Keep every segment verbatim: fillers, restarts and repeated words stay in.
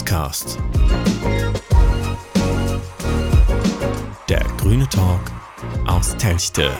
Pöxcast. Der grüne Talk aus Telchte.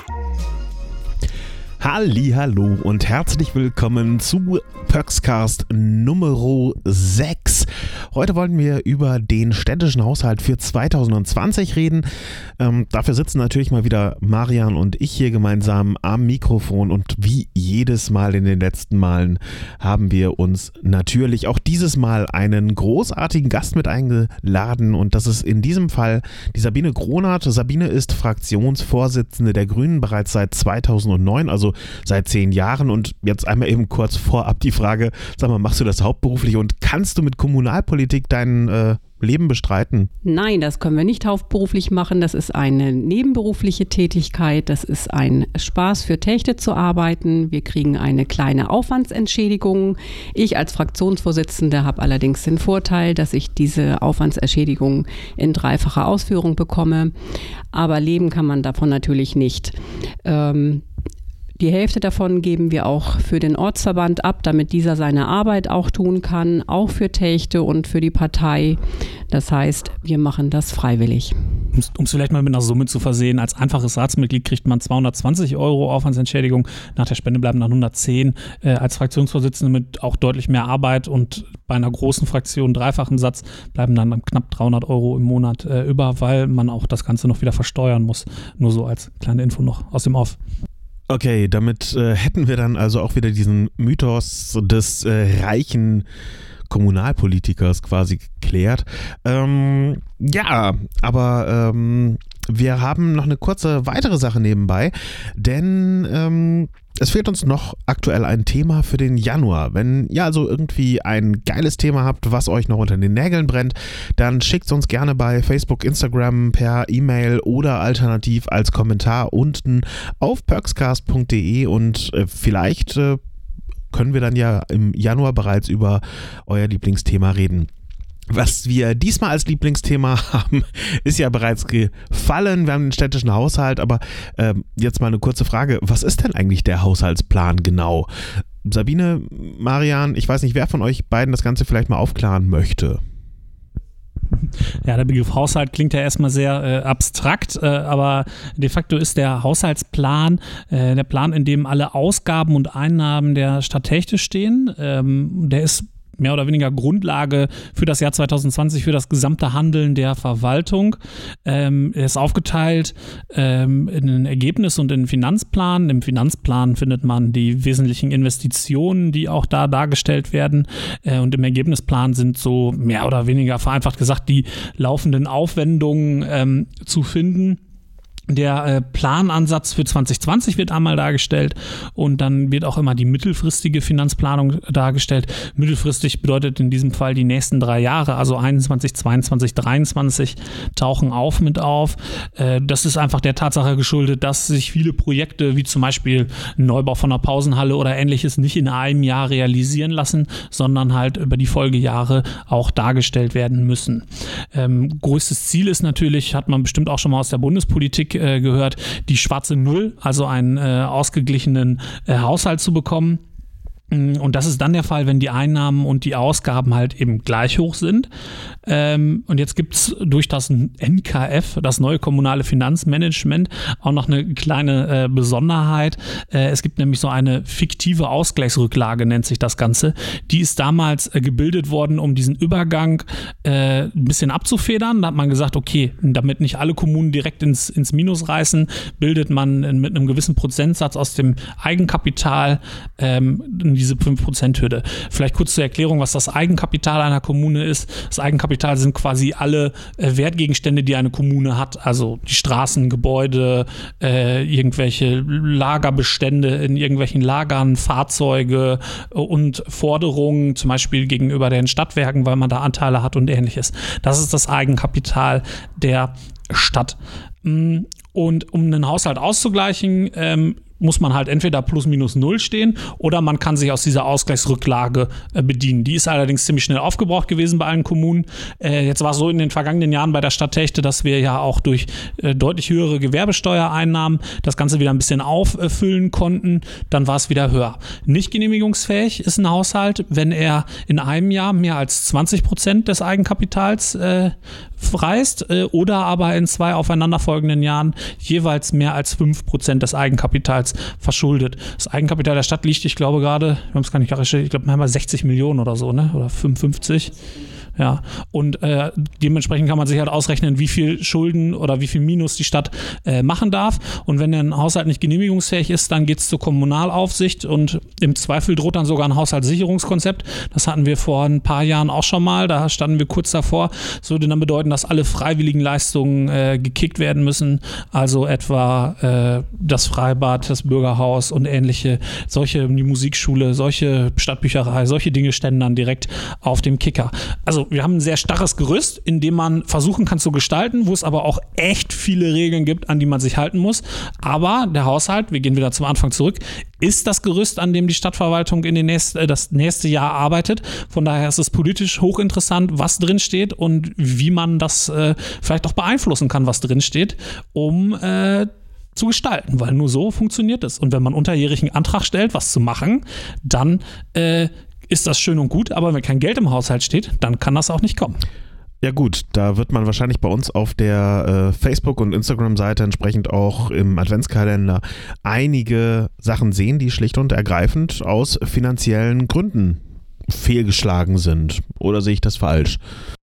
Hallihallo und herzlich willkommen zu Pöxcast Nummer sechs. Heute wollen wir über den städtischen Haushalt für zwanzig zwanzig reden. Ähm, dafür sitzen natürlich mal wieder Marian und ich hier gemeinsam am Mikrofon und wie jedes Mal in den letzten Malen haben wir uns natürlich auch dieses Mal einen großartigen Gast mit eingeladen und das ist in diesem Fall die Sabine Gronert. Sabine ist Fraktionsvorsitzende der Grünen bereits seit zweitausendneun, also seit zehn Jahren und jetzt einmal eben kurz vorab die Frage, sag mal, machst du das hauptberuflich und kannst du mit Kommunalpolitik dein äh, Leben bestreiten? Nein, das können wir nicht hauptberuflich machen. Das ist eine nebenberufliche Tätigkeit. Das ist ein Spaß für Telchte zu arbeiten. Wir kriegen eine kleine Aufwandsentschädigung. Ich als Fraktionsvorsitzende habe allerdings den Vorteil, dass ich diese Aufwandsentschädigung in dreifacher Ausführung bekomme. Aber leben kann man davon natürlich nicht. Ähm, Die Hälfte davon geben wir auch für den Ortsverband ab, damit dieser seine Arbeit auch tun kann, auch für Telchte und für die Partei. Das heißt, wir machen das freiwillig. Um es vielleicht mal mit einer Summe zu versehen, als einfaches Ratsmitglied kriegt man zweihundertzwanzig Euro Aufwandsentschädigung, nach der Spende bleiben dann hundertzehn, äh, als Fraktionsvorsitzende mit auch deutlich mehr Arbeit und bei einer großen Fraktion dreifachen Satz bleiben dann knapp dreihundert Euro im Monat äh, über, weil man auch das Ganze noch wieder versteuern muss. Nur so als kleine Info noch aus dem Off. Okay, damit äh, hätten wir dann also auch wieder diesen Mythos des äh, reichen Kommunalpolitikers quasi geklärt. Ähm, ja, aber ähm, wir haben noch eine kurze weitere Sache nebenbei, denn ähm, es fehlt uns noch aktuell ein Thema für den Januar. Wenn ihr also irgendwie ein geiles Thema habt, was euch noch unter den Nägeln brennt, dann schickt es uns gerne bei Facebook, Instagram, per E-Mail oder alternativ als Kommentar unten auf pöxcast punkt de und äh, vielleicht äh, können wir dann ja im Januar bereits über euer Lieblingsthema reden. Was wir diesmal als Lieblingsthema haben, ist ja bereits gefallen. Wir haben den städtischen Haushalt, aber äh, jetzt mal eine kurze Frage. Was ist denn eigentlich der Haushaltsplan genau? Sabine, Marian, ich weiß nicht, wer von euch beiden das Ganze vielleicht mal aufklären möchte. Ja, der Begriff Haushalt klingt ja erstmal sehr äh, abstrakt, äh, aber de facto ist der Haushaltsplan äh, der Plan, in dem alle Ausgaben und Einnahmen der Stadt Telchte stehen. Ähm, der ist mehr oder weniger Grundlage für das Jahr zwanzig zwanzig, für das gesamte Handeln der Verwaltung. Ähm, er ist aufgeteilt ähm, in ein Ergebnis und in einen Finanzplan. Im Finanzplan findet man die wesentlichen Investitionen, die auch da dargestellt werden. Äh, und im Ergebnisplan sind so mehr oder weniger vereinfacht gesagt die laufenden Aufwendungen ähm, zu finden. Der äh, Planansatz für zwanzig zwanzig wird einmal dargestellt und dann wird auch immer die mittelfristige Finanzplanung dargestellt. Mittelfristig bedeutet in diesem Fall die nächsten drei Jahre, also einundzwanzig, zweiundzwanzig, dreiundzwanzig tauchen auf mit auf. Äh, das ist einfach der Tatsache geschuldet, dass sich viele Projekte wie zum Beispiel ein Neubau von einer Pausenhalle oder ähnliches nicht in einem Jahr realisieren lassen, sondern halt über die Folgejahre auch dargestellt werden müssen. Ähm, größtes Ziel ist natürlich, hat man bestimmt auch schon mal aus der Bundespolitik gehört, die schwarze Null, also einen äh, ausgeglichenen äh, Haushalt zu bekommen. Und das ist dann der Fall, wenn die Einnahmen und die Ausgaben halt eben gleich hoch sind. Ähm, und jetzt gibt es durch das N K F, das neue kommunale Finanzmanagement, auch noch eine kleine äh, Besonderheit. Äh, es gibt nämlich so eine fiktive Ausgleichsrücklage, nennt sich das Ganze. Die ist damals äh, gebildet worden, um diesen Übergang äh, ein bisschen abzufedern. Da hat man gesagt, okay, damit nicht alle Kommunen direkt ins, ins Minus reißen, bildet man mit einem gewissen Prozentsatz aus dem Eigenkapital ähm, diese fünf Prozent Hürde. Vielleicht kurz zur Erklärung, was das Eigenkapital einer Kommune ist. Das Eigenkapital sind quasi alle äh, Wertgegenstände, die eine Kommune hat. Also die Straßen, Gebäude, äh, irgendwelche Lagerbestände in irgendwelchen Lagern, Fahrzeuge äh, und Forderungen, zum Beispiel gegenüber den Stadtwerken, weil man da Anteile hat und ähnliches. Das ist das Eigenkapital der Stadt. Und um einen Haushalt auszugleichen, ähm, muss man halt entweder plus minus null stehen oder man kann sich aus dieser Ausgleichsrücklage äh, bedienen. Die ist allerdings ziemlich schnell aufgebraucht gewesen bei allen Kommunen. Äh, jetzt war es so in den vergangenen Jahren bei der Stadt Techte, dass wir ja auch durch äh, deutlich höhere Gewerbesteuereinnahmen das Ganze wieder ein bisschen auffüllen konnten. Dann war es wieder höher. Nicht genehmigungsfähig ist ein Haushalt, wenn er in einem Jahr mehr als zwanzig Prozent des Eigenkapitals äh, reißt äh, oder aber in zwei aufeinanderfolgenden Jahren jeweils mehr als fünf Prozent des Eigenkapitals verschuldet. Das Eigenkapital der Stadt liegt, ich glaube gerade, wir haben es gar nicht gerecht, ich glaube, wir haben mal sechzig Millionen oder so, ne? Oder fünfundfünfzig. Ja, und äh, dementsprechend kann man sich halt ausrechnen, wie viel Schulden oder wie viel Minus die Stadt äh, machen darf. Und wenn ein Haushalt nicht genehmigungsfähig ist, dann geht es zur Kommunalaufsicht und im Zweifel droht dann sogar ein Haushaltssicherungskonzept. Das hatten wir vor ein paar Jahren auch schon mal, da standen wir kurz davor. Das würde dann bedeuten, dass alle freiwilligen Leistungen äh, gekickt werden müssen, also etwa äh, das Freibad, das Bürgerhaus und ähnliche, solche, die Musikschule, solche Stadtbücherei, solche Dinge ständen dann direkt auf dem Kicker. Also wir haben ein sehr starres Gerüst, in dem man versuchen kann zu gestalten, wo es aber auch echt viele Regeln gibt, an die man sich halten muss. Aber der Haushalt, wir gehen wieder zum Anfang zurück, ist das Gerüst, an dem die Stadtverwaltung in den nächsten, äh, das nächste Jahr arbeitet. Von daher ist es politisch hochinteressant, was drin steht und wie man das äh, vielleicht auch beeinflussen kann, was drin steht, um äh, zu gestalten, weil nur so funktioniert es. Und wenn man unterjährig einen Antrag stellt, was zu machen, dann äh, ist das schön und gut, aber wenn kein Geld im Haushalt steht, dann kann das auch nicht kommen. Ja gut, da wird man wahrscheinlich bei uns auf der äh, Facebook- und Instagram-Seite entsprechend auch im Adventskalender einige Sachen sehen, die schlicht und ergreifend aus finanziellen Gründen fehlgeschlagen sind. Oder sehe ich das falsch?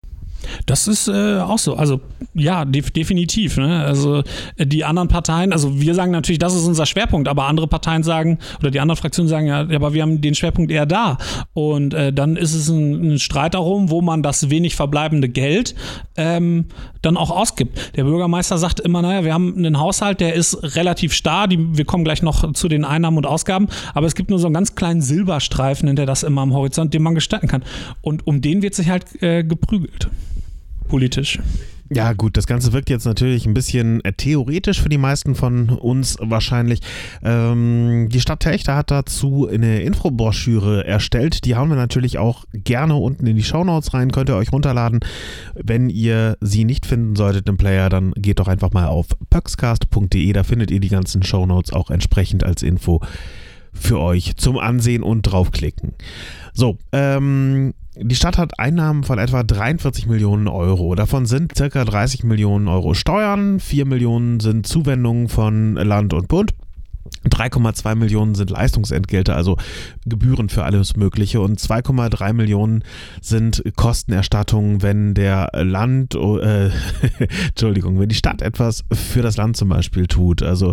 Das ist äh, auch so. Also ja, def- definitiv. Ne? Also äh, die anderen Parteien, also wir sagen natürlich, das ist unser Schwerpunkt, aber andere Parteien sagen, oder die anderen Fraktionen sagen, ja, aber wir haben den Schwerpunkt eher da. Und äh, dann ist es ein, ein Streit darum, wo man das wenig verbleibende Geld ähm, dann auch ausgibt. Der Bürgermeister sagt immer, naja, wir haben einen Haushalt, der ist relativ starr, die, wir kommen gleich noch zu den Einnahmen und Ausgaben, aber es gibt nur so einen ganz kleinen Silberstreifen, hinter das immer am Horizont, den man gestalten kann. Und um den wird sich halt äh, geprügelt. Politisch. Ja gut, das Ganze wirkt jetzt natürlich ein bisschen äh, theoretisch für die meisten von uns wahrscheinlich. Ähm, die Stadt Techte hat dazu eine Infobroschüre erstellt. Die hauen wir natürlich auch gerne unten in die Shownotes rein. Könnt ihr euch runterladen. Wenn ihr sie nicht finden solltet im Player, dann geht doch einfach mal auf pöxcast punkt de. Da findet ihr die ganzen Shownotes auch entsprechend als Info für euch zum Ansehen und draufklicken. So, ähm... die Stadt hat Einnahmen von etwa dreiundvierzig Millionen Euro. Davon sind ca. dreißig Millionen Euro Steuern, vier Millionen sind Zuwendungen von Land und Bund, drei Komma zwei Millionen sind Leistungsentgelte, also Gebühren für alles Mögliche, und zwei Komma drei Millionen sind Kostenerstattungen, wenn der Land, äh, Entschuldigung, wenn die Stadt etwas für das Land zum Beispiel tut. Also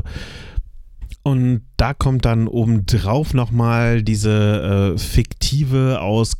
und da kommt dann obendrauf nochmal diese äh, fiktive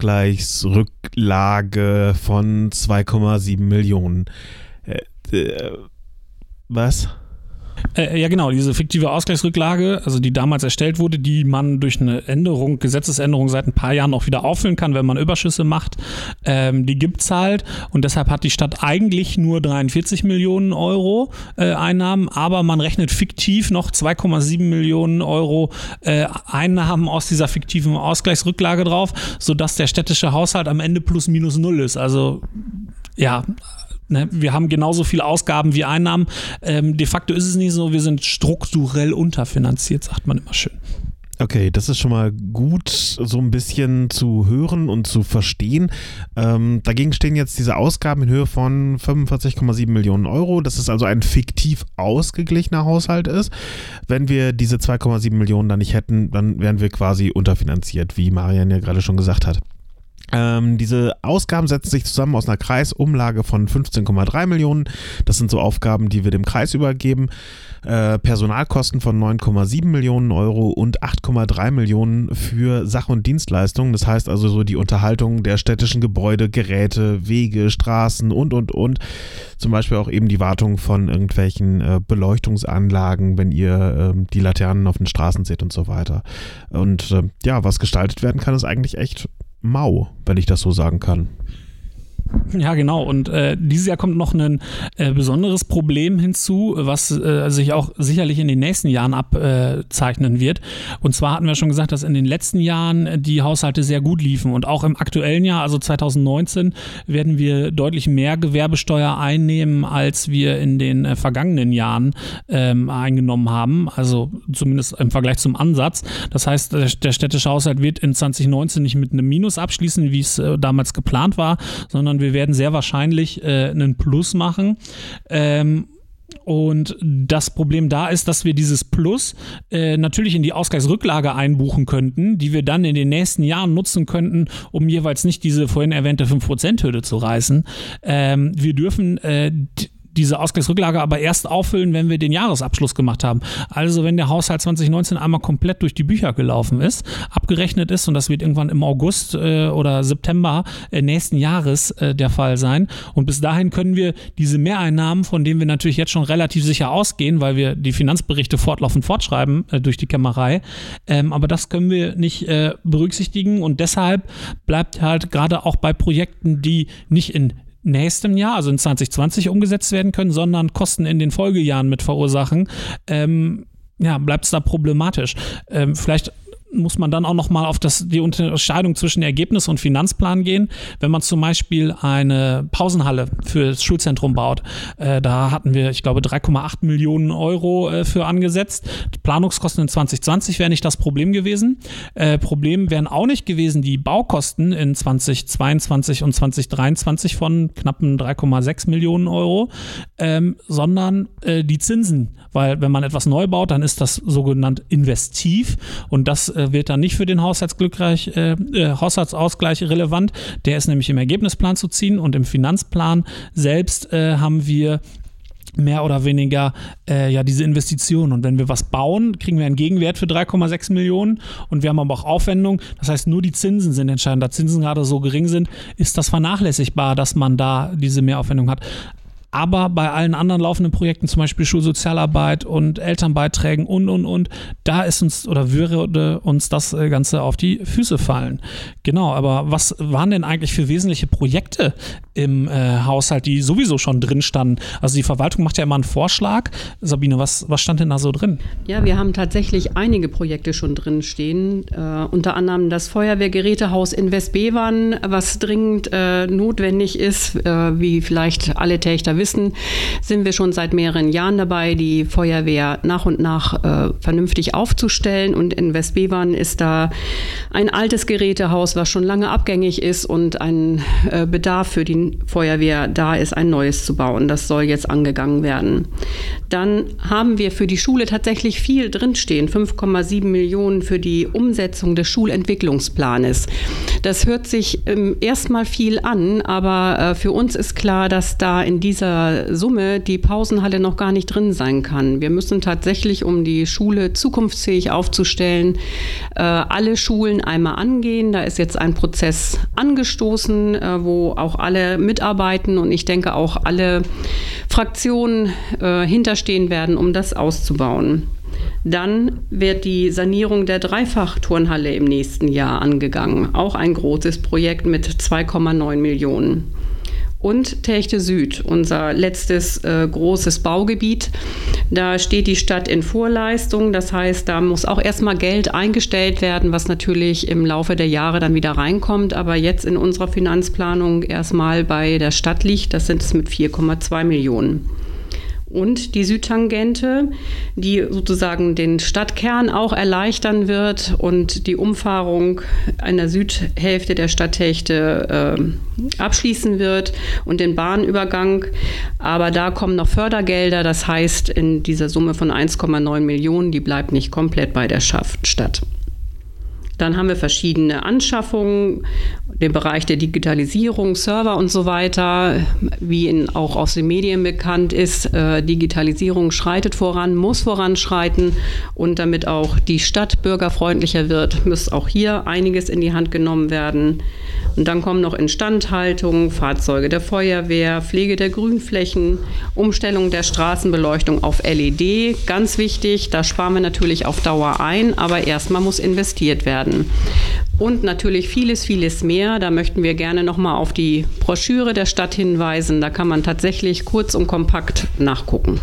Ausgleichsrücklage von zwei Komma sieben Millionen. Äh, äh, was? Äh, ja genau, diese fiktive Ausgleichsrücklage, also die damals erstellt wurde, die man durch eine Änderung, Gesetzesänderung seit ein paar Jahren auch wieder auffüllen kann, wenn man Überschüsse macht, ähm, die gibt's halt, und deshalb hat die Stadt eigentlich nur dreiundvierzig Millionen Euro äh, Einnahmen, aber man rechnet fiktiv noch zwei Komma sieben Millionen Euro äh, Einnahmen aus dieser fiktiven Ausgleichsrücklage drauf, sodass der städtische Haushalt am Ende plus minus null ist. Also ja, Ne, wir haben genauso viele Ausgaben wie Einnahmen. Ähm, de facto ist es nicht so, wir sind strukturell unterfinanziert, sagt man immer schön. Okay, das ist schon mal gut, so ein bisschen zu hören und zu verstehen. Ähm, dagegen stehen jetzt diese Ausgaben in Höhe von fünfundvierzig Komma sieben Millionen Euro. Das ist also ein fiktiv ausgeglichener Haushalt ist. Wenn wir diese zwei Komma sieben Millionen dann nicht hätten, dann wären wir quasi unterfinanziert, wie Marian ja gerade schon gesagt hat. Ähm, diese Ausgaben setzen sich zusammen aus einer Kreisumlage von fünfzehn Komma drei Millionen. Das sind so Aufgaben, die wir dem Kreis übergeben. Äh, Personalkosten von neun Komma sieben Millionen Euro und acht Komma drei Millionen für Sach- und Dienstleistungen. Das heißt also so die Unterhaltung der städtischen Gebäude, Geräte, Wege, Straßen und, und, und. Zum Beispiel auch eben die Wartung von irgendwelchen äh, Beleuchtungsanlagen, wenn ihr äh, die Laternen auf den Straßen seht und so weiter. Und äh, ja, was gestaltet werden kann, ist eigentlich echt mau, wenn ich das so sagen kann. Ja, genau. Und äh, dieses Jahr kommt noch ein äh, besonderes Problem hinzu, was äh, sich auch sicherlich in den nächsten Jahren abzeichnen wird. Und zwar hatten wir schon gesagt, dass in den letzten Jahren die Haushalte sehr gut liefen. Und auch im aktuellen Jahr, also zwanzig neunzehn, werden wir deutlich mehr Gewerbesteuer einnehmen, als wir in den äh, vergangenen Jahren ähm, eingenommen haben. Also zumindest im Vergleich zum Ansatz. Das heißt, der, der städtische Haushalt wird in zwanzig neunzehn nicht mit einem Minus abschließen, wie es äh, damals geplant war, sondern wir werden sehr wahrscheinlich äh, einen Plus machen. Ähm, Und das Problem da ist, dass wir dieses Plus äh, natürlich in die Ausgleichsrücklage einbuchen könnten, die wir dann in den nächsten Jahren nutzen könnten, um jeweils nicht diese vorhin erwähnte fünf Prozent Hürde zu reißen. Ähm, wir dürfen äh, d- diese Ausgleichsrücklage aber erst auffüllen, wenn wir den Jahresabschluss gemacht haben. Also wenn der Haushalt zwanzig neunzehn einmal komplett durch die Bücher gelaufen ist, abgerechnet ist, und das wird irgendwann im August äh, oder September äh, nächsten Jahres äh, der Fall sein. Und bis dahin können wir diese Mehreinnahmen, von denen wir natürlich jetzt schon relativ sicher ausgehen, weil wir die Finanzberichte fortlaufend fortschreiben äh, durch die Kämmerei, ähm, aber das können wir nicht äh, berücksichtigen, und deshalb bleibt halt gerade auch bei Projekten, die nicht in nächstem Jahr, also in zwanzig zwanzig umgesetzt werden können, sondern Kosten in den Folgejahren mit verursachen, ähm, ja, bleibt es da problematisch. Ähm, vielleicht muss man dann auch nochmal auf das, die Unterscheidung zwischen Ergebnis und Finanzplan gehen. Wenn man zum Beispiel eine Pausenhalle für das Schulzentrum baut, äh, da hatten wir, ich glaube, drei Komma acht Millionen Euro äh, für angesetzt. Die Planungskosten in zwanzig zwanzig wären nicht das Problem gewesen. Äh, Problem wären auch nicht gewesen die Baukosten in zwanzig zweiundzwanzig und zwanzig dreiundzwanzig von knappen drei Komma sechs Millionen Euro, ähm, sondern äh, die Zinsen. Weil wenn man etwas neu baut, dann ist das sogenannt investiv, und das äh, wird dann nicht für den Haushaltsglückreich, äh, äh, Haushaltsausgleich relevant. Der ist nämlich im Ergebnisplan zu ziehen, und im Finanzplan selbst äh, haben wir mehr oder weniger äh, ja diese Investitionen. Und wenn wir was bauen, kriegen wir einen Gegenwert für drei Komma sechs Millionen, und wir haben aber auch Aufwendungen. Das heißt, nur die Zinsen sind entscheidend. Da Zinsen gerade so gering sind, ist das vernachlässigbar, dass man da diese Mehraufwendung hat. Aber bei allen anderen laufenden Projekten, zum Beispiel Schulsozialarbeit und Elternbeiträgen und, und, und, da ist uns oder würde uns das Ganze auf die Füße fallen. Genau, aber was waren denn eigentlich für wesentliche Projekte im äh, Haushalt, die sowieso schon drin standen? Also die Verwaltung macht ja immer einen Vorschlag. Sabine, was, was stand denn da so drin? Ja, wir haben tatsächlich einige Projekte schon drin stehen. Äh, unter anderem das Feuerwehrgerätehaus in Westbevern, was dringend äh, notwendig ist, äh, wie vielleicht alle Tächter wissen. Wissen, sind wir schon seit mehreren Jahren dabei, die Feuerwehr nach und nach äh, vernünftig aufzustellen. Und in Westbevern ist da ein altes Gerätehaus, was schon lange abgängig ist, und ein äh, Bedarf für die Feuerwehr da ist, ein neues zu bauen. Das soll jetzt angegangen werden. Dann haben wir für die Schule tatsächlich viel drinstehen, fünf Komma sieben Millionen für die Umsetzung des Schulentwicklungsplanes. Das hört sich ähm, erstmal viel an, aber äh, für uns ist klar, dass da in dieser Summe die Pausenhalle noch gar nicht drin sein kann. Wir müssen tatsächlich, um die Schule zukunftsfähig aufzustellen, äh, alle Schulen einmal angehen. Da ist jetzt ein Prozess angestoßen, äh, wo auch alle mitarbeiten, und ich denke auch alle Fraktionen äh, hinterstehen werden, um das auszubauen. Dann wird die Sanierung der Dreifachturnhalle im nächsten Jahr angegangen. Auch ein großes Projekt mit zwei Komma neun Millionen. Und Telchte Süd, unser letztes äh, großes Baugebiet. Da steht die Stadt in Vorleistung. Das heißt, da muss auch erstmal Geld eingestellt werden, was natürlich im Laufe der Jahre dann wieder reinkommt. Aber jetzt in unserer Finanzplanung erstmal bei der Stadt liegt, das sind es mit vier Komma zwei Millionen. Und die Südtangente, die sozusagen den Stadtkern auch erleichtern wird und die Umfahrung an der Südhälfte der Stadt Telchte äh, abschließen wird und den Bahnübergang. Aber da kommen noch Fördergelder, das heißt, in dieser Summe von eins Komma neun Millionen, die bleibt nicht komplett bei der Stadt. Dann haben wir verschiedene Anschaffungen, den Bereich der Digitalisierung, Server und so weiter. Wie in, auch aus den Medien bekannt ist, äh, Digitalisierung schreitet voran, muss voranschreiten. Und damit auch die Stadt bürgerfreundlicher wird, muss auch hier einiges in die Hand genommen werden. Und dann kommen noch Instandhaltung, Fahrzeuge der Feuerwehr, Pflege der Grünflächen, Umstellung der Straßenbeleuchtung auf L E D. Ganz wichtig, da sparen wir natürlich auf Dauer ein, aber erstmal muss investiert werden. werden. Und natürlich vieles, vieles mehr. Da möchten wir gerne nochmal auf die Broschüre der Stadt hinweisen. Da kann man tatsächlich kurz und kompakt nachgucken.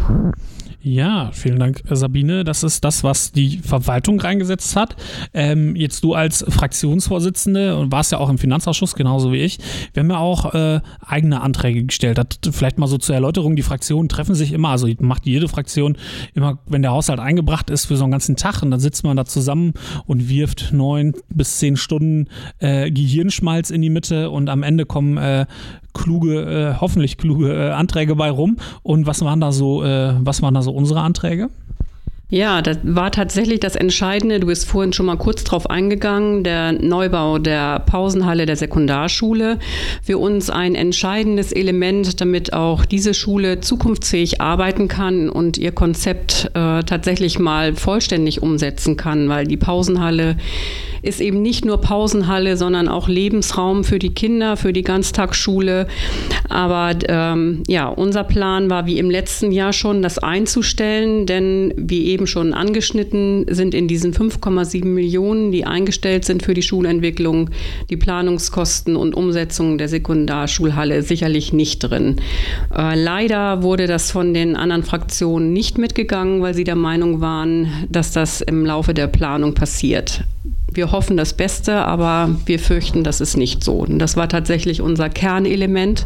Ja, vielen Dank, Sabine. Das ist das, was die Verwaltung reingesetzt hat. Ähm, jetzt du als Fraktionsvorsitzende und warst ja auch im Finanzausschuss, genauso wie ich. Wir haben ja auch äh, eigene Anträge gestellt. Das, vielleicht mal so zur Erläuterung, die Fraktionen treffen sich immer, also macht jede Fraktion immer, wenn der Haushalt eingebracht ist, für so einen ganzen Tag und dann sitzt man da zusammen und wirft neun bis zehn Stunden äh, Gehirnschmalz in die Mitte und am Ende kommen äh, kluge, äh, hoffentlich kluge äh, Anträge bei rum. Und was waren da so, äh, was waren da so unsere Anträge? Ja, das war tatsächlich das Entscheidende. Du bist vorhin schon mal kurz drauf eingegangen. Der Neubau der Pausenhalle der Sekundarschule. Für uns ein entscheidendes Element, damit auch diese Schule zukunftsfähig arbeiten kann und ihr Konzept äh, tatsächlich mal vollständig umsetzen kann, weil die Pausenhalle ist eben nicht nur Pausenhalle, sondern auch Lebensraum für die Kinder, für die Ganztagsschule. Aber ähm, ja, unser Plan war wie im letzten Jahr schon, das einzustellen, denn wie eben schon angeschnitten sind in diesen fünf Komma sieben Millionen, die eingestellt sind für die Schulentwicklung, die Planungskosten und Umsetzung der Sekundarschulhalle sicherlich nicht drin. Äh, leider wurde das von den anderen Fraktionen nicht mitgegangen, weil sie der Meinung waren, dass das im Laufe der Planung passiert. Wir hoffen das Beste, aber wir fürchten, das ist nicht so. Und das war tatsächlich unser Kernelement.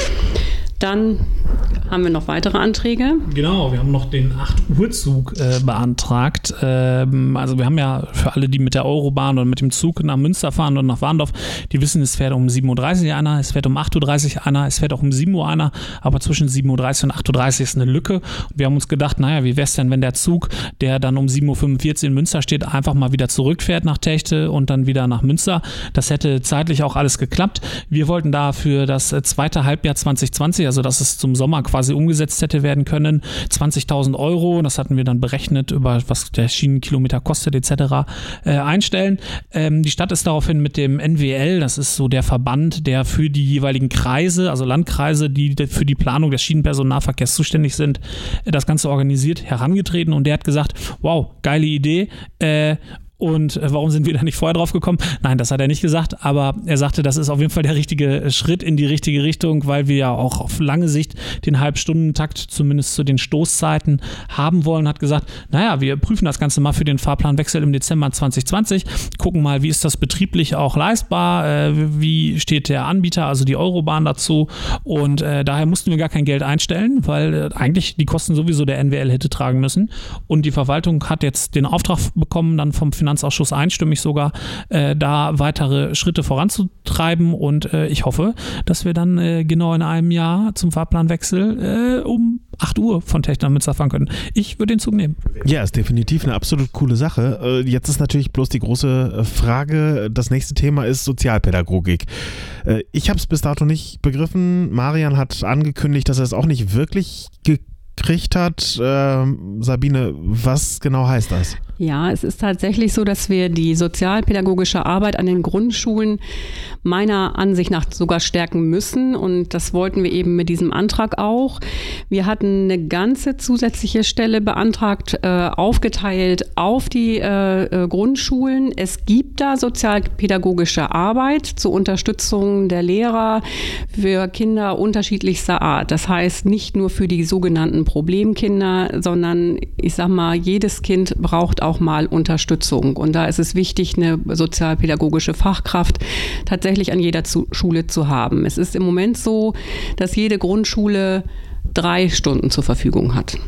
Dann haben wir noch weitere Anträge. Genau, wir haben noch den acht Uhr Zug äh, beantragt. Ähm, also wir haben ja für alle, die mit der Eurobahn oder mit dem Zug nach Münster fahren und nach Warndorf, die wissen, es fährt um sieben Uhr dreißig einer, es fährt um acht Uhr dreißig einer, es fährt auch um sieben Uhr einer, aber zwischen sieben Uhr dreißig und acht Uhr dreißig ist eine Lücke. Und wir haben uns gedacht, naja, wie wäre es denn, wenn der Zug, der dann um sieben Uhr fünfundvierzig in Münster steht, einfach mal wieder zurückfährt nach Techte und dann wieder nach Münster. Das hätte zeitlich auch alles geklappt. Wir wollten dafür das zweite Halbjahr zwanzig zwanzig, also dass es zum Sommer quasi umgesetzt hätte werden können, zwanzigtausend Euro, das hatten wir dann berechnet, über was der Schienenkilometer kostet et cetera äh, einstellen. Ähm, die Stadt ist daraufhin mit dem N W L, das ist so der Verband, der für die jeweiligen Kreise, also Landkreise, die für die Planung des Schienenpersonennahverkehrs zuständig sind, das Ganze organisiert, herangetreten und der hat gesagt, wow, geile Idee, äh, und warum sind wir da nicht vorher drauf gekommen? Nein, das hat er nicht gesagt, aber er sagte, das ist auf jeden Fall der richtige Schritt in die richtige Richtung, weil wir ja auch auf lange Sicht den Halbstundentakt zumindest zu den Stoßzeiten haben wollen. Hat gesagt, naja, wir prüfen das Ganze mal für den Fahrplanwechsel im Dezember zwanzig zwanzig, gucken mal, wie ist das betrieblich auch leistbar, äh, wie steht der Anbieter, also die Eurobahn dazu und äh, daher mussten wir gar kein Geld einstellen, weil äh, eigentlich die Kosten sowieso der N W L hätte tragen müssen und die Verwaltung hat jetzt den Auftrag bekommen, dann vom Finanzausschuss einstimmig sogar, äh, da weitere Schritte voranzutreiben und äh, ich hoffe, dass wir dann äh, genau in einem Jahr zum Fahrplanwechsel äh, um acht Uhr von Techte nach Münster fahren können. Ich würde den Zug nehmen. Ja, ist definitiv eine absolut coole Sache. Äh, jetzt ist natürlich bloß die große Frage, das nächste Thema ist Sozialpädagogik. Äh, ich habe es bis dato nicht begriffen. Marian hat angekündigt, dass er es auch nicht wirklich gekriegt hat. Äh, Sabine, was genau heißt das? Ja, es ist tatsächlich so, dass wir die sozialpädagogische Arbeit an den Grundschulen meiner Ansicht nach sogar stärken müssen und das wollten wir eben mit diesem Antrag auch. Wir hatten eine ganze zusätzliche Stelle beantragt, äh, aufgeteilt auf die äh, Grundschulen. Es gibt da sozialpädagogische Arbeit zur Unterstützung der Lehrer für Kinder unterschiedlichster Art. Das heißt nicht nur für die sogenannten Problemkinder, sondern ich sag mal, jedes Kind braucht auch mal Unterstützung. Und da ist es wichtig, eine sozialpädagogische Fachkraft tatsächlich an jeder zu- Schule zu haben. Es ist im Moment so, dass jede Grundschule drei Stunden zur Verfügung hat.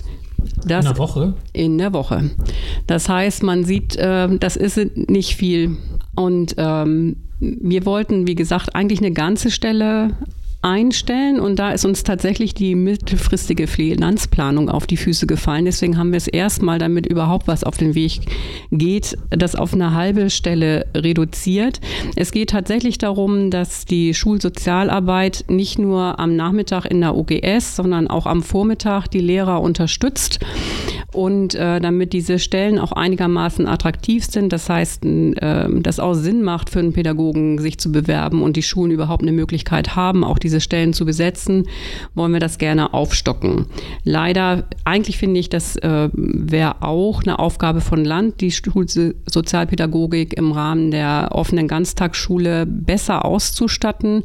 Das in der Woche? In der Woche. Das heißt, man sieht, äh, das ist nicht viel. Und ähm, wir wollten, wie gesagt, eigentlich eine ganze Stelle einstellen und da ist uns tatsächlich die mittelfristige Finanzplanung auf die Füße gefallen. Deswegen haben wir es erstmal, damit überhaupt was auf den Weg geht, das auf eine halbe Stelle reduziert. Es geht tatsächlich darum, dass die Schulsozialarbeit nicht nur am Nachmittag in der O G S, sondern auch am Vormittag die Lehrer unterstützt Und äh, damit diese Stellen auch einigermaßen attraktiv sind, das heißt, äh, dass auch Sinn macht für einen Pädagogen, sich zu bewerben und die Schulen überhaupt eine Möglichkeit haben, auch diese Stellen zu besetzen, wollen wir das gerne aufstocken. Leider, eigentlich finde ich, das äh, wäre auch eine Aufgabe von Land, die Schulsozialpädagogik im Rahmen der offenen Ganztagsschule besser auszustatten.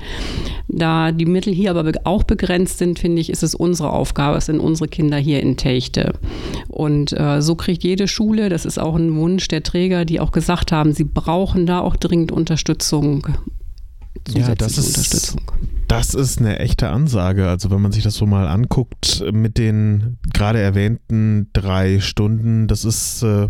Da die Mittel hier aber auch begrenzt sind, finde ich, ist es unsere Aufgabe, es sind unsere Kinder hier in Techte. Und äh, so kriegt jede Schule, das ist auch ein Wunsch der Träger, die auch gesagt haben, sie brauchen da auch dringend Unterstützung. Ja, das ist, Unterstützung. Das ist eine echte Ansage. Also wenn man sich das so mal anguckt mit den gerade erwähnten drei Stunden, das ist äh,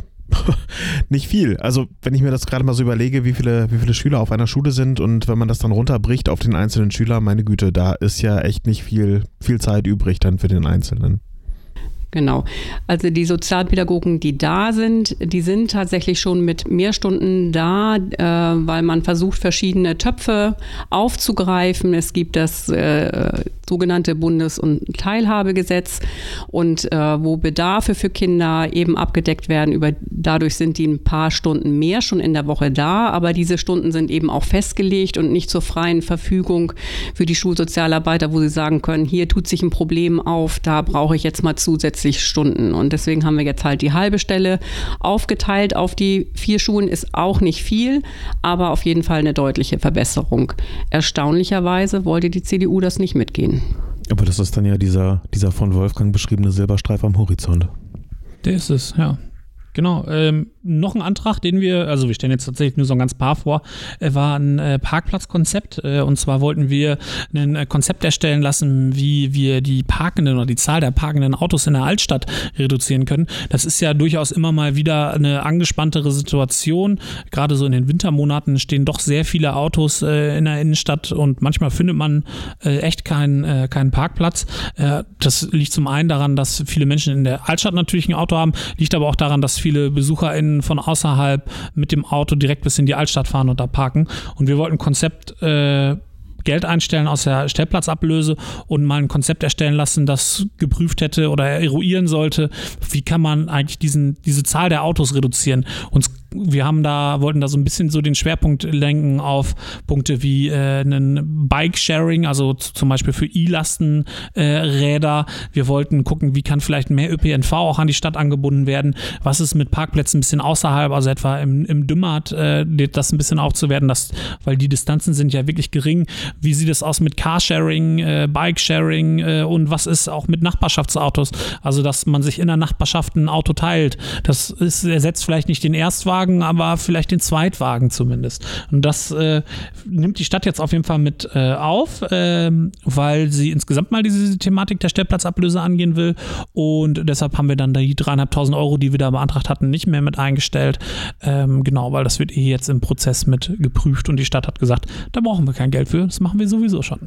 nicht viel. Also wenn ich mir das gerade mal so überlege, wie viele, wie viele Schüler auf einer Schule sind und wenn man das dann runterbricht auf den einzelnen Schüler, meine Güte, da ist ja echt nicht viel, viel Zeit übrig dann für den Einzelnen. Genau. Also die Sozialpädagogen, die da sind, die sind tatsächlich schon mit mehr Stunden da, äh, weil man versucht, verschiedene Töpfe aufzugreifen. Es gibt das äh, sogenannte Bundes- und Teilhabegesetz und äh, wo Bedarfe für Kinder eben abgedeckt werden. Über, dadurch sind die ein paar Stunden mehr schon in der Woche da, aber diese Stunden sind eben auch festgelegt und nicht zur freien Verfügung für die Schulsozialarbeiter, wo sie sagen können, hier tut sich ein Problem auf, da brauche ich jetzt mal zusätzlich Stunden. Und deswegen haben wir jetzt halt die halbe Stelle aufgeteilt auf die vier Schulen. Ist auch nicht viel, aber auf jeden Fall eine deutliche Verbesserung. Erstaunlicherweise wollte die C D U das nicht mitgehen. Aber das ist dann ja dieser, dieser von Wolfgang beschriebene Silberstreif am Horizont. Der ist es, ja. Genau, ähm, noch ein Antrag, den wir, also wir stellen jetzt tatsächlich nur so ein ganz paar vor, äh, war ein äh, Parkplatzkonzept äh, und zwar wollten wir ein äh, Konzept erstellen lassen, wie wir die parkenden oder die Zahl der parkenden Autos in der Altstadt reduzieren können. Das ist ja durchaus immer mal wieder eine angespanntere Situation, gerade so in den Wintermonaten stehen doch sehr viele Autos äh, in der Innenstadt und manchmal findet man äh, echt keinen, äh, keinen Parkplatz. Äh, das liegt zum einen daran, dass viele Menschen in der Altstadt natürlich ein Auto haben, liegt aber auch daran, dass viele BesucherInnen von außerhalb mit dem Auto direkt bis in die Altstadt fahren und da parken. Und wir wollten ein Konzept äh, Geld einstellen aus der Stellplatzablöse und mal ein Konzept erstellen lassen, das geprüft hätte oder eruieren sollte, wie kann man eigentlich diesen, diese Zahl der Autos reduzieren. Uns wir haben da, wollten da so ein bisschen so den Schwerpunkt lenken auf Punkte wie äh, einen Bike-Sharing, also z- zum Beispiel für E-Lastenräder. Äh, wir wollten gucken, wie kann vielleicht mehr Ö P N V auch an die Stadt angebunden werden. Was ist mit Parkplätzen ein bisschen außerhalb, also etwa im, im Dümmert, äh, das ein bisschen aufzuwerten, das, weil die Distanzen sind ja wirklich gering. Wie sieht es aus mit Carsharing, äh, Bike-Sharing äh, und was ist auch mit Nachbarschaftsautos? Also, dass man sich in der Nachbarschaft ein Auto teilt. Das ist, ersetzt vielleicht nicht den Erstwagen, aber vielleicht den Zweitwagen zumindest. Und das äh, nimmt die Stadt jetzt auf jeden Fall mit äh, auf, äh, weil sie insgesamt mal diese Thematik der Stellplatzablöse angehen will. Und deshalb haben wir dann die dreieinhalbtausend Euro, die wir da beantragt hatten, nicht mehr mit eingestellt. Ähm, genau, weil das wird eh jetzt im Prozess mit geprüft und die Stadt hat gesagt, da brauchen wir kein Geld für, das machen wir sowieso schon.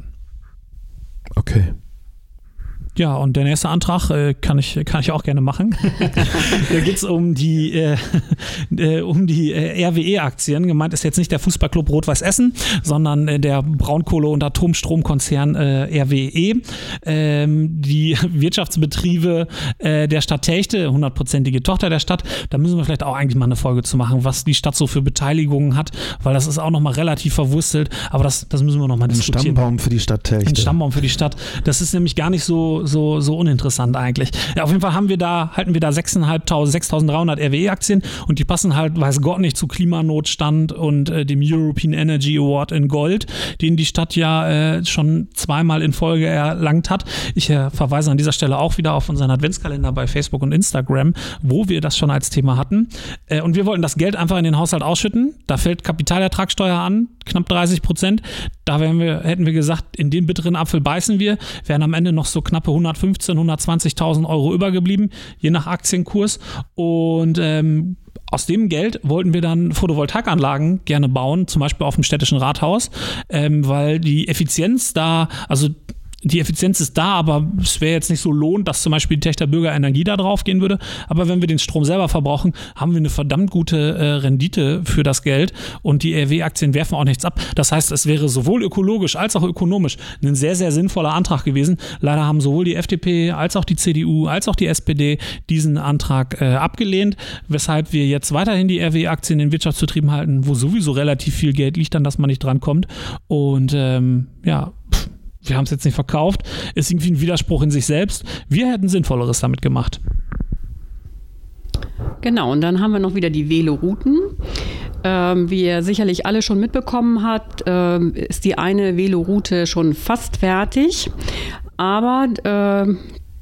Okay. Ja, und der nächste Antrag äh, kann ich kann ich auch gerne machen. Da geht es um die äh, äh, um die äh, R W E-Aktien. Gemeint ist jetzt nicht der Fußballclub Rot-Weiß Essen, sondern äh, der Braunkohle- und Atomstromkonzern äh, R W E. Ähm, die Wirtschaftsbetriebe äh, der Stadt Techte, hundertprozentige Tochter der Stadt. Da müssen wir vielleicht auch eigentlich mal eine Folge zu machen, was die Stadt so für Beteiligungen hat, weil das ist auch nochmal relativ verwurstelt. Aber das, das müssen wir nochmal diskutieren. Ein Stammbaum für die Stadt Techte. Ein Stammbaum für die Stadt. Das ist nämlich gar nicht so so, so uninteressant eigentlich. Ja, auf jeden Fall haben wir da, halten wir da sechstausenddreihundert R W E-Aktien und die passen halt, weiß Gott nicht, zu Klimanotstand und äh, dem European Energy Award in Gold, den die Stadt ja äh, schon zweimal in Folge erlangt hat. Ich äh, verweise an dieser Stelle auch wieder auf unseren Adventskalender bei Facebook und Instagram, wo wir das schon als Thema hatten. Äh, und wir wollten das Geld einfach in den Haushalt ausschütten. Da fällt Kapitalertragssteuer an, knapp dreißig Prozent. Da wären wir, hätten wir gesagt, in den bitteren Apfel beißen wir, wären am Ende noch so knappe hundertfünfzehntausend, hundertzwanzigtausend Euro übergeblieben, je nach Aktienkurs. Und ähm, aus dem Geld wollten wir dann Photovoltaikanlagen gerne bauen, zum Beispiel auf dem städtischen Rathaus, ähm, weil die Effizienz da, also die Effizienz ist da, aber es wäre jetzt nicht so lohnend, dass zum Beispiel die Techter Bürger Energie da drauf gehen würde. Aber wenn wir den Strom selber verbrauchen, haben wir eine verdammt gute äh, Rendite für das Geld und die R W E-Aktien werfen auch nichts ab. Das heißt, es wäre sowohl ökologisch als auch ökonomisch ein sehr, sehr sinnvoller Antrag gewesen. Leider haben sowohl die F D P als auch die C D U als auch die S P D diesen Antrag äh, abgelehnt, weshalb wir jetzt weiterhin die R W E-Aktien in Wirtschaftsbetrieben halten, wo sowieso relativ viel Geld liegt, an das man nicht drankommt. Und ähm, ja, pff, wir haben es jetzt nicht verkauft, ist irgendwie ein Widerspruch in sich selbst. Wir hätten Sinnvolleres damit gemacht. Genau, und dann haben wir noch wieder die Velorouten. Ähm, wie ihr sicherlich alle schon mitbekommen habt, ähm, ist die eine Veloroute schon fast fertig. Aber äh,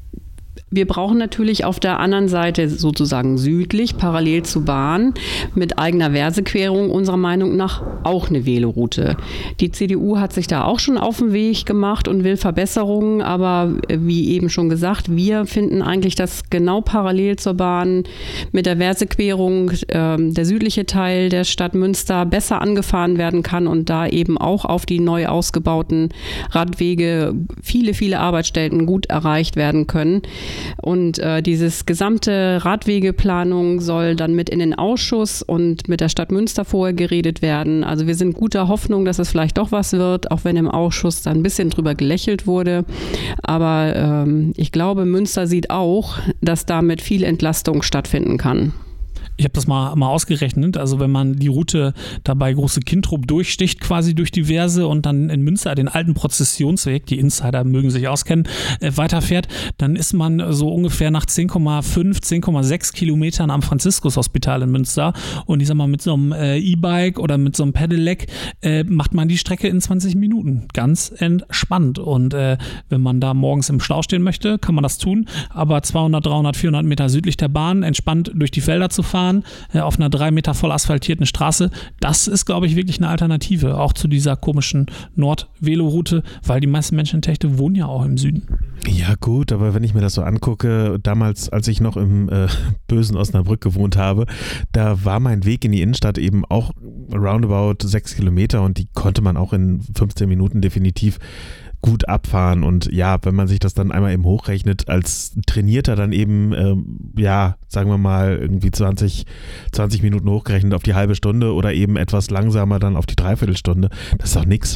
wir brauchen natürlich auf der anderen Seite sozusagen südlich, parallel zur Bahn, mit eigener Versequerung unserer Meinung nach auch eine Veloroute. Die C D U hat sich da auch schon auf den Weg gemacht und will Verbesserungen, aber wie eben schon gesagt, wir finden eigentlich, dass genau parallel zur Bahn mit der Versequerung äh, der südliche Teil der Stadt Münster besser angefahren werden kann und da eben auch auf die neu ausgebauten Radwege viele, viele Arbeitsstätten gut erreicht werden können. Und äh, dieses gesamte Radwegeplanung soll dann mit in den Ausschuss und mit der Stadt Münster vorher geredet werden. Also wir sind guter Hoffnung, dass es vielleicht doch was wird, auch wenn im Ausschuss dann ein bisschen drüber gelächelt wurde. Aber ähm, ich glaube, Münster sieht auch, dass damit viel Entlastung stattfinden kann. Ich habe das mal, mal ausgerechnet, also wenn man die Route dabei Große Kindrup durchsticht, quasi durch die Verse und dann in Münster den alten Prozessionsweg, die Insider mögen sich auskennen, äh, weiterfährt, dann ist man so ungefähr nach zehn Komma fünf, zehn Komma sechs Kilometern am Franziskus-Hospital in Münster und ich sag mal, mit so einem äh, E-Bike oder mit so einem Pedelec äh, macht man die Strecke in zwanzig Minuten. Ganz entspannt und äh, wenn man da morgens im Stau stehen möchte, kann man das tun, aber zweihundert, dreihundert, vierhundert Meter südlich der Bahn entspannt durch die Felder zu fahren, auf einer drei Meter voll asphaltierten Straße, das ist, glaube ich, wirklich eine Alternative, auch zu dieser komischen Nord-Veloroute, weil die meisten Menschen in Techte wohnen ja auch im Süden. Ja gut, aber wenn ich mir das so angucke, damals, als ich noch im äh, bösen Osnabrück gewohnt habe, da war mein Weg in die Innenstadt eben auch roundabout sechs Kilometer und die konnte man auch in fünfzehn Minuten definitiv gut abfahren und ja, wenn man sich das dann einmal eben hochrechnet, als Trainierter dann eben, ähm, ja, sagen wir mal irgendwie zwanzig, zwanzig Minuten hochgerechnet auf die halbe Stunde oder eben etwas langsamer dann auf die Dreiviertelstunde, das ist doch nix.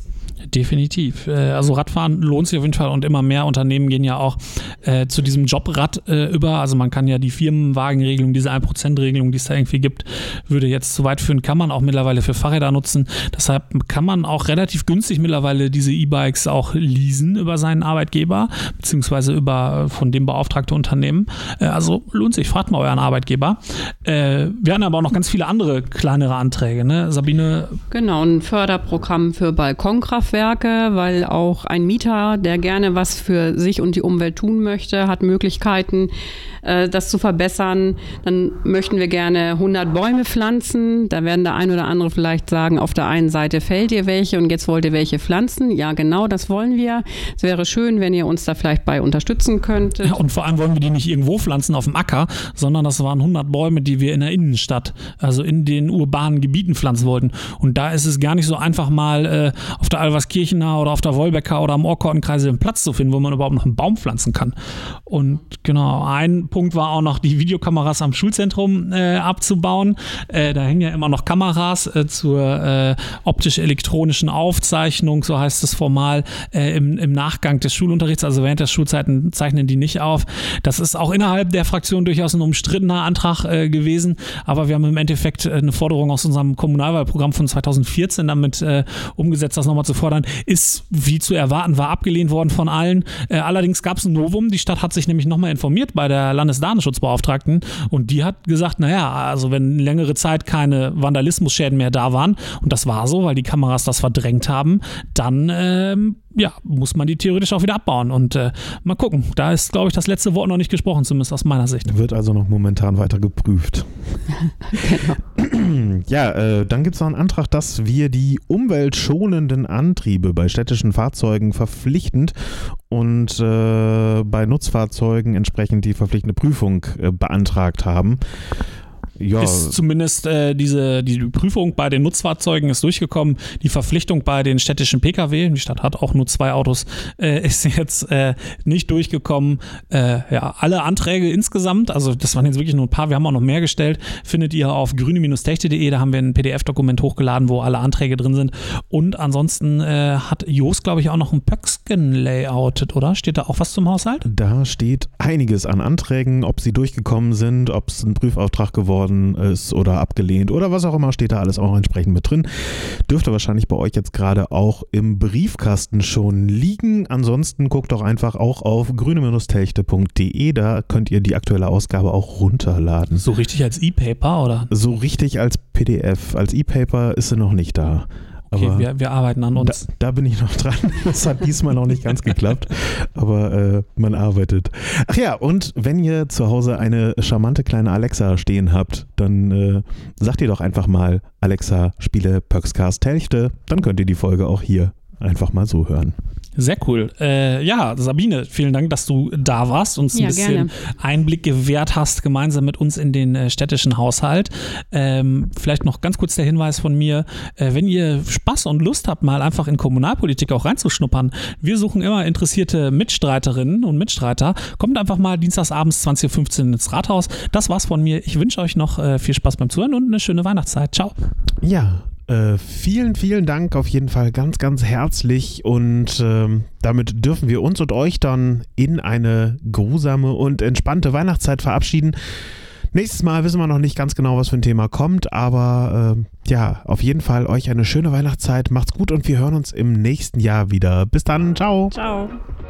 Definitiv. Also Radfahren lohnt sich auf jeden Fall und immer mehr Unternehmen gehen ja auch äh, zu diesem Jobrad äh, über. Also man kann ja die Firmenwagenregelung, diese ein Prozent Regelung, die es da irgendwie gibt, würde jetzt zu weit führen, kann man auch mittlerweile für Fahrräder nutzen. Deshalb kann man auch relativ günstig mittlerweile diese E-Bikes auch leasen über seinen Arbeitgeber, beziehungsweise über von dem beauftragte Unternehmen. Äh, also lohnt sich, fragt mal euren Arbeitgeber. Äh, wir haben aber auch noch ganz viele andere kleinere Anträge, ne? Sabine? Genau, ein Förderprogramm für Balkonkraftwerke. Weil auch ein Mieter, der gerne was für sich und die Umwelt tun möchte, hat Möglichkeiten, äh, das zu verbessern. Dann möchten wir gerne hundert Bäume pflanzen. Da werden der ein oder andere vielleicht sagen, auf der einen Seite fällt ihr welche und jetzt wollt ihr welche pflanzen. Ja, genau, das wollen wir. Es wäre schön, wenn ihr uns da vielleicht bei unterstützen könntet. Ja, und vor allem wollen wir die nicht irgendwo pflanzen auf dem Acker, sondern das waren hundert Bäume, die wir in der Innenstadt, also in den urbanen Gebieten pflanzen wollten. Und da ist es gar nicht so einfach mal äh, auf der Alverskirchener oder auf der Wolbecker oder am Ohrkortenkreise einen Platz zu finden, wo man überhaupt noch einen Baum pflanzen kann. Und genau, ein Punkt war auch noch, die Videokameras am Schulzentrum äh, abzubauen. Äh, da hängen ja immer noch Kameras äh, zur äh, optisch-elektronischen Aufzeichnung, so heißt es formal, äh, im, im Nachgang des Schulunterrichts, also während der Schulzeiten zeichnen die nicht auf. Das ist auch innerhalb der Fraktion durchaus ein umstrittener Antrag äh, gewesen, aber wir haben im Endeffekt äh, eine Forderung aus unserem Kommunalwahlprogramm von zweitausendvierzehn damit äh, umgesetzt, das nochmal zu fordern, ist, wie zu erwarten war, abgelehnt worden von allen. Äh, allerdings gab es ein Novum. Die Stadt hat sich nämlich nochmal informiert bei der Landesdatenschutzbeauftragten und die hat gesagt, naja, also wenn längere Zeit keine Vandalismusschäden mehr da waren und das war so, weil die Kameras das verdrängt haben, dann ähm, ja, muss man die theoretisch auch wieder abbauen und äh, mal gucken. Da ist, glaube ich, das letzte Wort noch nicht gesprochen, zumindest aus meiner Sicht. Wird also noch momentan weiter geprüft. Genau. Ja, äh, dann gibt es noch einen Antrag, dass wir die umweltschonenden Antriebe bei städtischen Fahrzeugen verpflichtend und äh, bei Nutzfahrzeugen entsprechend die verpflichtende Prüfung äh, beantragt haben. ja. ist zumindest äh, diese die Prüfung bei den Nutzfahrzeugen ist durchgekommen. Die Verpflichtung bei den städtischen P K W, die Stadt hat auch nur zwei Autos, äh, ist jetzt äh, nicht durchgekommen. Äh, ja, alle Anträge insgesamt, also das waren jetzt wirklich nur ein paar, wir haben auch noch mehr gestellt, findet ihr auf grüne Bindestrich techte punkt de. Da haben wir ein P D F-Dokument hochgeladen, wo alle Anträge drin sind. Und ansonsten äh, hat Jos, glaube ich, auch noch ein Pöcksken layoutet, oder? Steht da auch was zum Haushalt? Da steht einiges an Anträgen, ob sie durchgekommen sind, ob es ein Prüfauftrag geworden ist oder abgelehnt oder was auch immer, steht da alles auch entsprechend mit drin. Dürfte wahrscheinlich bei euch jetzt gerade auch im Briefkasten schon liegen. Ansonsten guckt doch einfach auch auf grüne Bindestrich techte punkt de. Da könnt ihr die aktuelle Ausgabe auch runterladen. So richtig als E-Paper, oder? So richtig als P D F. Als E-Paper ist sie noch nicht da. Okay, aber wir, wir arbeiten an uns. Da, da bin ich noch dran. Das hat diesmal noch nicht ganz geklappt, aber äh, man arbeitet. Ach ja, und wenn ihr zu Hause eine charmante kleine Alexa stehen habt, dann äh, sagt ihr doch einfach mal, Alexa, spiele Pöxcast Telchte. Dann könnt ihr die Folge auch hier einfach mal so hören. Sehr cool. Äh, ja, Sabine, vielen Dank, dass du da warst und uns ein Ja, bisschen gerne. Einblick gewährt hast, gemeinsam mit uns in den äh, städtischen Haushalt. Ähm, vielleicht noch ganz kurz der Hinweis von mir, äh, wenn ihr Spaß und Lust habt, mal einfach in Kommunalpolitik auch reinzuschnuppern. Wir suchen immer interessierte Mitstreiterinnen und Mitstreiter. Kommt einfach mal dienstagsabends zwanzig Uhr fünfzehn ins Rathaus. Das war's von mir. Ich wünsche euch noch äh, viel Spaß beim Zuhören und eine schöne Weihnachtszeit. Ciao. Ja, Äh, vielen, vielen Dank auf jeden Fall ganz, ganz herzlich und ähm, damit dürfen wir uns und euch dann in eine geruhsame und entspannte Weihnachtszeit verabschieden. Nächstes Mal wissen wir noch nicht ganz genau, was für ein Thema kommt, aber äh, ja, auf jeden Fall euch eine schöne Weihnachtszeit. Macht's gut und wir hören uns im nächsten Jahr wieder. Bis dann, ciao. Ciao.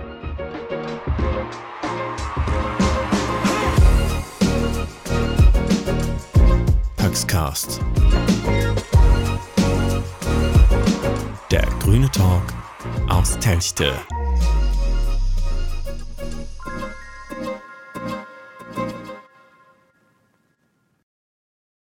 Pöxcast. Der grüne Talk aus Telchte.